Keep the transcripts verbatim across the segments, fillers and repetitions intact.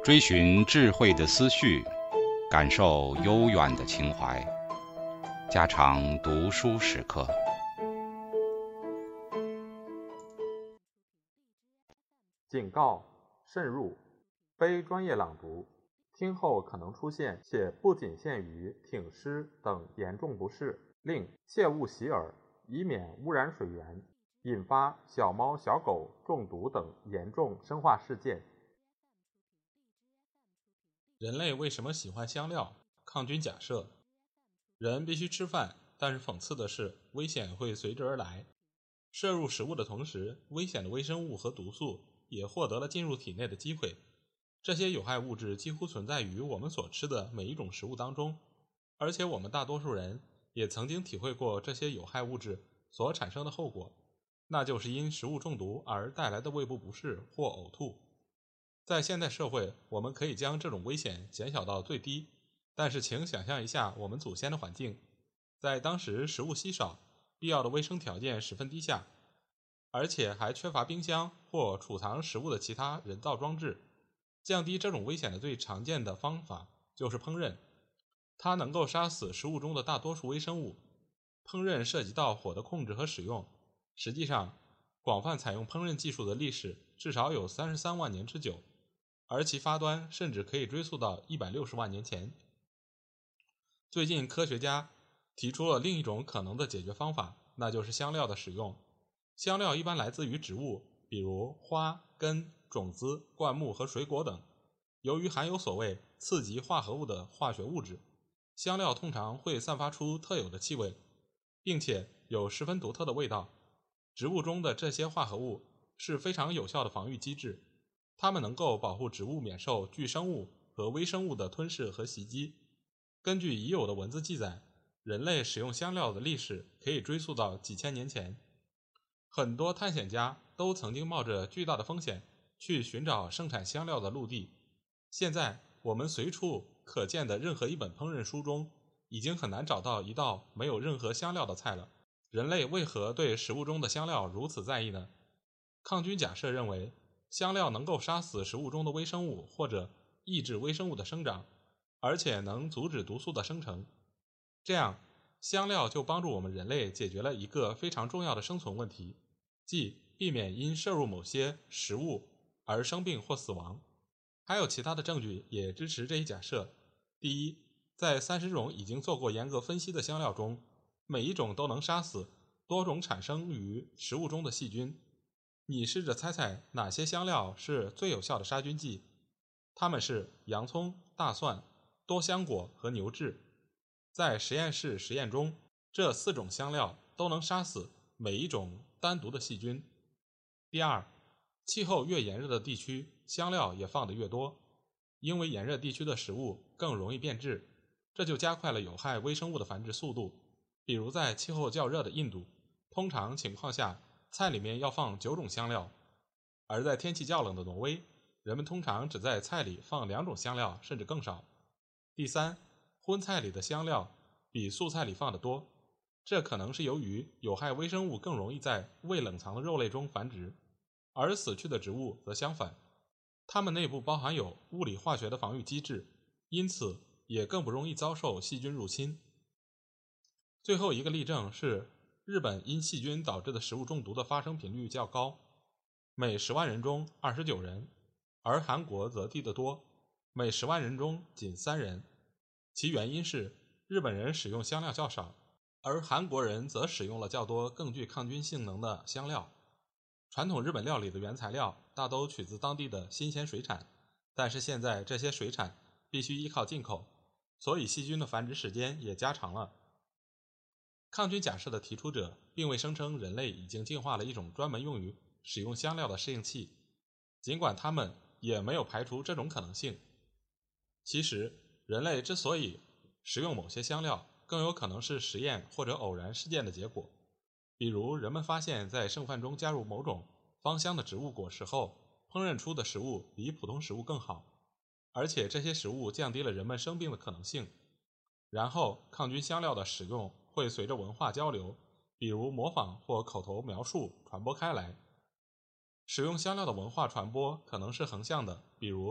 追寻智慧的思绪，感受悠远的情怀。家常读书时刻。 警告：慎入，非专业朗读，听后可能出现且不仅限于挺尸等严重不适，另切勿洗耳，以免污染水源，引发小猫小狗中毒等严重生化事件。 人类为什么喜欢香料？抗菌假设。人必须吃饭，但是讽刺的是，危险会随之而来。摄入食物的同时，危险的微生物和毒素也获得了进入体内的机会。这些有害物质几乎存在于我们所吃的每一种食物当中，而且我们大多数人也曾经体会过这些有害物质所产生的后果，那就是因食物中毒而带来的胃部不适或呕吐。在现代社会，我们可以将这种危险减小到最低，但是请想象一下我们祖先的环境，在当时食物稀少，必要的卫生条件十分低下，而且还缺乏冰箱或储藏食物的其他人造装置。降低这种危险的最常见的方法就是烹饪，它能够杀死食物中的大多数微生物。烹饪涉及到火的控制和使用，实际上广泛采用烹饪技术的历史至少有三十三万年之久，而其发端甚至可以追溯到一百六十万年前。最近科学家提出了另一种可能的解决方法，那就是香料的使用。香料一般来自于植物，比如花、根、种子、灌木和水果等。由于含有所谓次级化合物的化学物质，香料通常会散发出特有的气味，并且有十分独特的味道。植物中的这些化合物是非常有效的防御机制，它们能够保护植物免受巨生物和微生物的吞噬和袭击。根据已有的文字记载，人类使用香料的历史可以追溯到几千年前。很多探险家都曾经冒着巨大的风险去寻找生产香料的陆地。现在我们随处可见的任何一本烹饪书中，已经很难找到一道没有任何香料的菜了。人类为何对食物中的香料如此在意呢？抗菌假设认为，香料能够杀死食物中的微生物或者抑制微生物的生长，而且能阻止毒素的生成。这样，香料就帮助我们人类解决了一个非常重要的生存问题，即避免因摄入某些食物而生病或死亡。还有其他的证据也支持这一假设。第一，在三十种已经做过严格分析的香料中，每一种都能杀死多种产生于食物中的细菌。你试着猜猜哪些香料是最有效的杀菌剂？它们是洋葱、大蒜、多香果和牛至。在实验室实验中，这四种香料都能杀死每一种单独的细菌。第二，气候越炎热的地区，香料也放得越多，因为炎热地区的食物更容易变质，这就加快了有害微生物的繁殖速度。比如在气候较热的印度，通常情况下菜里面要放九种香料，而在天气较冷的挪威，人们通常只在菜里放两种香料，甚至更少。第三，荤菜里的香料比素菜里放得多，这可能是由于有害微生物更容易在未冷藏的肉类中繁殖，而死去的植物则相反，它们内部包含有物理化学的防御机制，因此也更不容易遭受细菌入侵。最后一个例证是，日本因细菌导致的食物中毒的发生频率较高，每十万人中二十九人，而韩国则低得多，每十万人中仅三人。其原因是日本人使用香料较少，而韩国人则使用了较多更具抗菌性能的香料。传统日本料理的原材料大都取自当地的新鲜水产，但是现在这些水产必须依靠进口，所以细菌的繁殖时间也加长了。抗菌假设的提出者并未声称人类已经进化了一种专门用于使用香料的适应器，尽管他们也没有排除这种可能性。其实，人类之所以食用某些香料，更有可能是实验或者偶然事件的结果。比如，人们发现在剩饭中加入某种芳香的植物果实后，烹饪出的食物比普通食物更好，而且这些食物降低了人们生病的可能性。然后，抗菌香料的使用会随着文化交流，比如模仿或口头描述传播开来。使用香料的文化传播可能是横向的，比如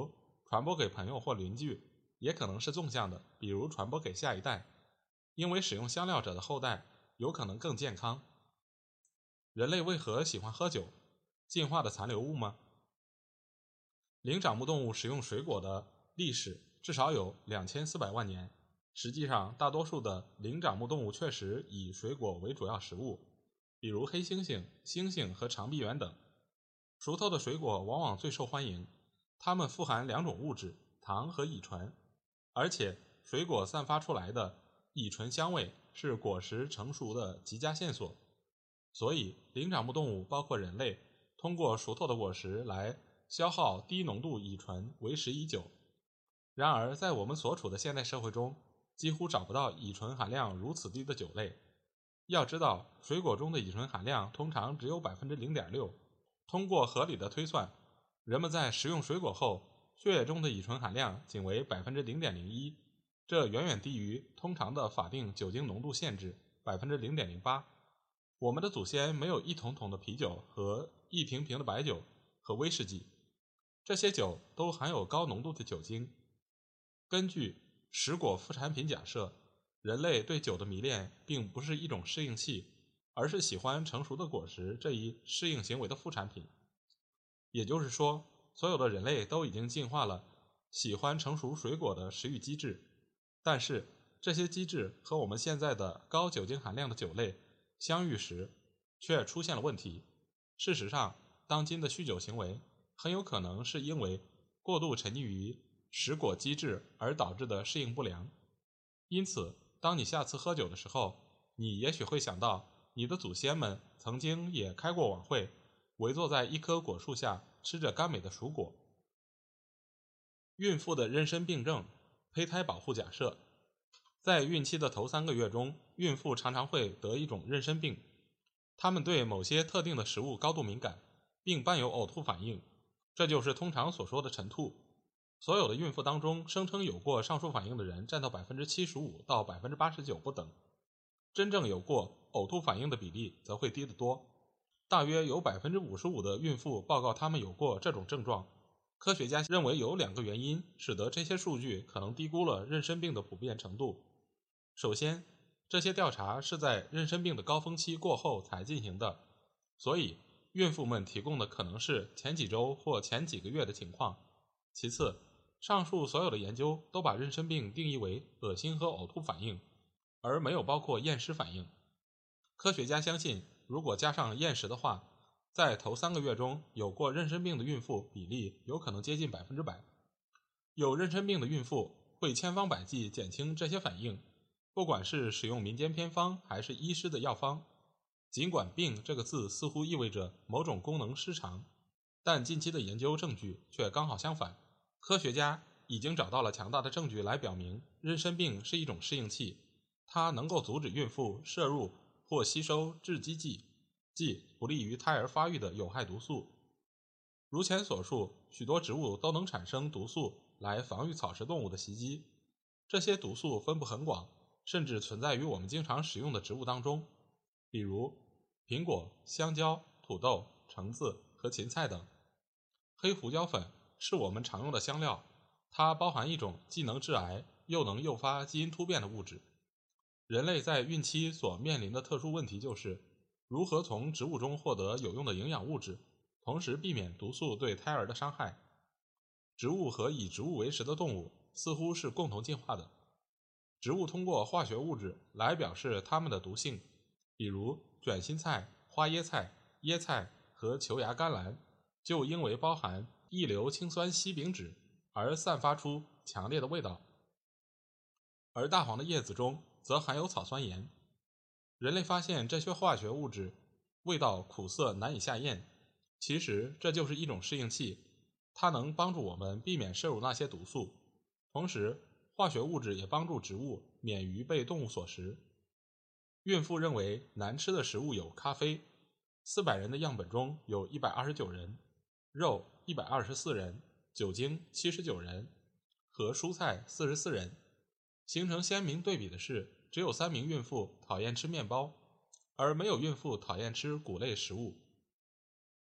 传播给朋友或邻居，也可能是纵向的，比如传播给下一代，因为使用香料者的后代有可能更健康。人类为何喜欢喝酒？进化的残留物吗？灵长目动物食用水果的历史至少有两千四百万年。实际上，大多数的灵长目动物确实以水果为主要食物，比如黑猩猩、猩猩和长臂猿等。熟透的水果往往最受欢迎，它们富含两种物质，糖和乙醇，而且水果散发出来的乙醇香味是果实成熟的极佳线索。所以，灵长目动物包括人类，通过熟透的果实来消耗低浓度乙醇为时已久。然而，在我们所处的现代社会中，几乎找不到乙醇含量如此低的酒类。要知道，水果中的乙醇含量通常只有 百分之零点六。通过合理的推算，人们在食用水果后，血液中的乙醇含量仅为 百分之零点零一，这远远低于通常的法定酒精浓度限制 百分之零点零八。我们的祖先没有一桶桶的啤酒和一瓶瓶的白酒和威士忌，这些酒都含有高浓度的酒精。根据食果副产品假设，人类对酒的迷恋并不是一种适应器，而是喜欢成熟的果实这一适应行为的副产品。也就是说，所有的人类都已经进化了喜欢成熟水果的食欲机制，但是这些机制和我们现在的高酒精含量的酒类相遇时，却出现了问题。事实上，当今的酗酒行为很有可能是因为过度沉溺于食果机制而导致的适应不良。因此，当你下次喝酒的时候，你也许会想到你的祖先们曾经也开过晚会，围坐在一棵果树下吃着甘美的熟果。孕妇的妊娠病症，胚胎保护假设。在孕期的头三个月中，孕妇常常会得一种妊娠病，她们对某些特定的食物高度敏感，并伴有呕吐反应，这就是通常所说的晨吐。所有的孕妇当中，声称有过上述反应的人占到 百分之七十五 到 百分之八十九 不等，真正有过呕吐反应的比例则会低得多。大约有 百分之五十五 的孕妇报告她们有过这种症状。科学家认为有两个原因使得这些数据可能低估了妊娠病的普遍程度。首先，这些调查是在妊娠病的高峰期过后才进行的，所以孕妇们提供的可能是前几周或前几个月的情况。其次，上述所有的研究都把妊娠病定义为恶心和呕吐反应，而没有包括厌食反应。科学家相信，如果加上厌食的话，在头三个月中有过妊娠病的孕妇比例有可能接近百分之百。有妊娠病的孕妇会千方百计减轻这些反应，不管是使用民间偏方还是医师的药方。尽管病这个字似乎意味着某种功能失常，但近期的研究证据却刚好相反。科学家已经找到了强大的证据来表明妊娠病是一种适应器，它能够阻止孕妇摄入或吸收致畸剂，即不利于胎儿发育的有害毒素。如前所述，许多植物都能产生毒素来防御草食动物的袭击。这些毒素分布很广，甚至存在于我们经常食用的植物当中，比如苹果、香蕉、土豆、橙子和芹菜等。黑胡椒粉是我们常用的香料，它包含一种既能致癌又能诱发基因突变的物质。人类在孕期所面临的特殊问题就是如何从植物中获得有用的营养物质，同时避免毒素对胎儿的伤害。植物和以植物为食的动物似乎是共同进化的。植物通过化学物质来表示它们的毒性，比如卷心菜、花椰菜、椰菜和球芽甘蓝就因为包含异硫氰酸烯丙酯而散发出强烈的味道，而大黄的叶子中则含有草酸盐。人类发现这些化学物质味道苦涩难以下咽，其实这就是一种适应器，它能帮助我们避免摄入那些毒素，同时化学物质也帮助植物免于被动物所食。孕妇认为难吃的食物有咖啡，四百人的样本中有一百二十九人，肉一百二十四人，酒精七十九人和蔬菜四十四人。形成鲜明对比的是，只有三名孕妇讨厌吃面包，而没有孕妇讨厌吃谷类食物。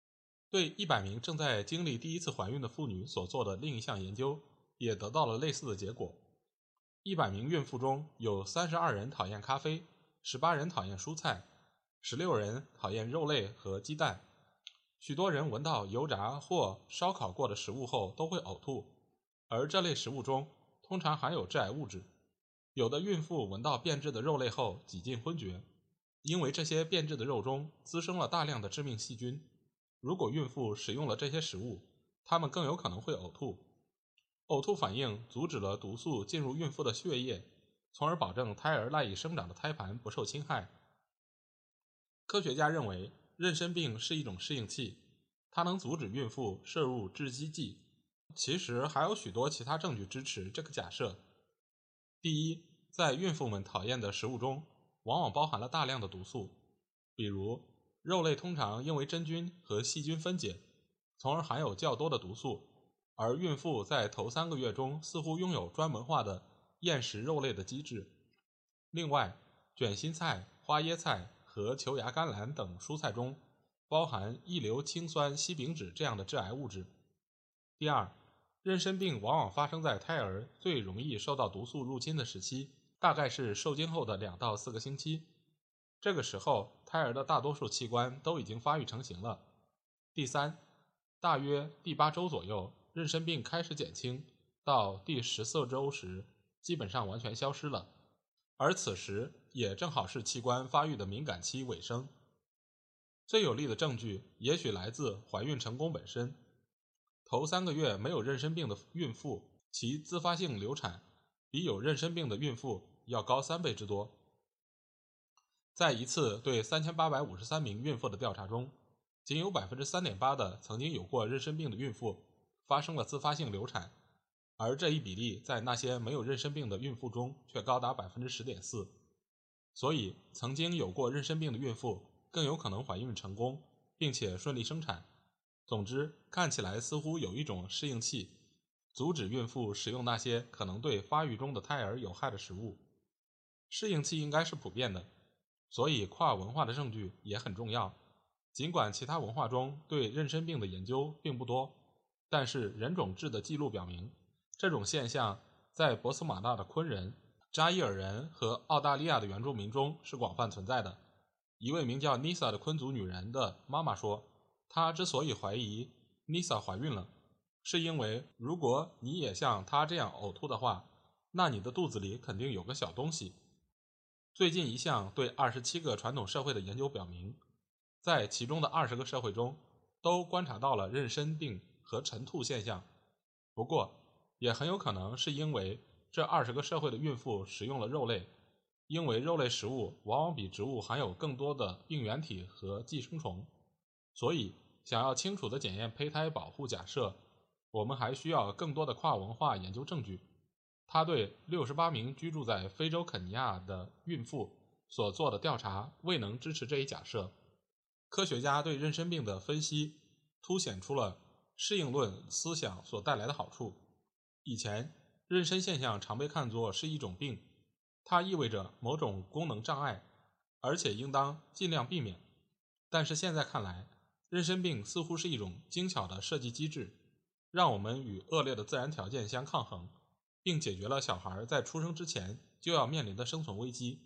对一百名正在经历第一次怀孕的妇女所做的另一项研究也得到了类似的结果。一百名孕妇中有三十二人讨厌咖啡，十八人讨厌蔬菜，十六人讨厌肉类和鸡蛋。许多人闻到油炸或烧烤过的食物后都会呕吐，而这类食物中通常含有致癌物质。有的孕妇闻到变质的肉类后几近昏厥，因为这些变质的肉中滋生了大量的致命细菌。如果孕妇食用了这些食物，她们更有可能会呕吐。呕吐反应阻止了毒素进入孕妇的血液，从而保证胎儿赖以生长的胎盘不受侵害。科学家认为妊娠病是一种适应器，它能阻止孕妇摄入致畸剂。其实还有许多其他证据支持这个假设。第一，在孕妇们讨厌的食物中往往包含了大量的毒素，比如肉类通常因为真菌和细菌分解，从而含有较多的毒素，而孕妇在头三个月中似乎拥有专门化的厌食肉类的机制。另外，卷心菜、花椰菜和球芽甘蓝等蔬菜中包含异硫氰酸烯丙酯这样的致癌物质。第二，妊娠病往往发生在胎儿最容易受到毒素入侵的时期，大概是受精后的两到四个星期。这个时候，胎儿的大多数器官都已经发育成型了。第三，大约第八周左右，妊娠病开始减轻，到第十四周时，基本上完全消失了。而此时也正好是器官发育的敏感期尾声。最有力的证据也许来自怀孕成功本身。头三个月没有妊娠病的孕妇，其自发性流产比有妊娠病的孕妇要高三倍之多。在一次对三千八百五十三名孕妇的调查中，仅有 百分之三点八 的曾经有过妊娠病的孕妇发生了自发性流产，而这一比例在那些没有妊娠病的孕妇中却高达 百分之十点四。 所以曾经有过妊娠病的孕妇更有可能怀孕成功，并且顺利生产。总之，看起来似乎有一种适应器，阻止孕妇食用那些可能对发育中的胎儿有害的食物。适应器应该是普遍的，所以跨文化的证据也很重要。尽管其他文化中对妊娠病的研究并不多，但是人种志的记录表明，这种现象在博斯马纳的昆人、扎伊尔人和澳大利亚的原住民中是广泛存在的。一位名叫 Nisa 的昆族女人的妈妈说，她之所以怀疑 Nisa 怀孕了，是因为如果你也像她这样呕吐的话，那你的肚子里肯定有个小东西。最近一项对二十七个传统社会的研究表明，在其中的二十个社会中都观察到了妊娠病和晨吐现象。不过也很有可能是因为这二十个社会的孕妇食用了肉类，因为肉类食物往往比植物含有更多的病原体和寄生虫。所以想要清楚地检验胚胎保护假设，我们还需要更多的跨文化研究证据。他对六十八名居住在非洲肯尼亚的孕妇所做的调查未能支持这一假设。科学家对妊娠病的分析凸显出了适应论思想所带来的好处。以前，妊娠现象常被看作是一种病，它意味着某种功能障碍，而且应当尽量避免。但是现在看来，妊娠病似乎是一种精巧的设计机制，让我们与恶劣的自然条件相抗衡，并解决了小孩在出生之前就要面临的生存危机。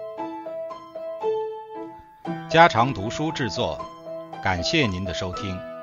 家常读书制作，感谢您的收听。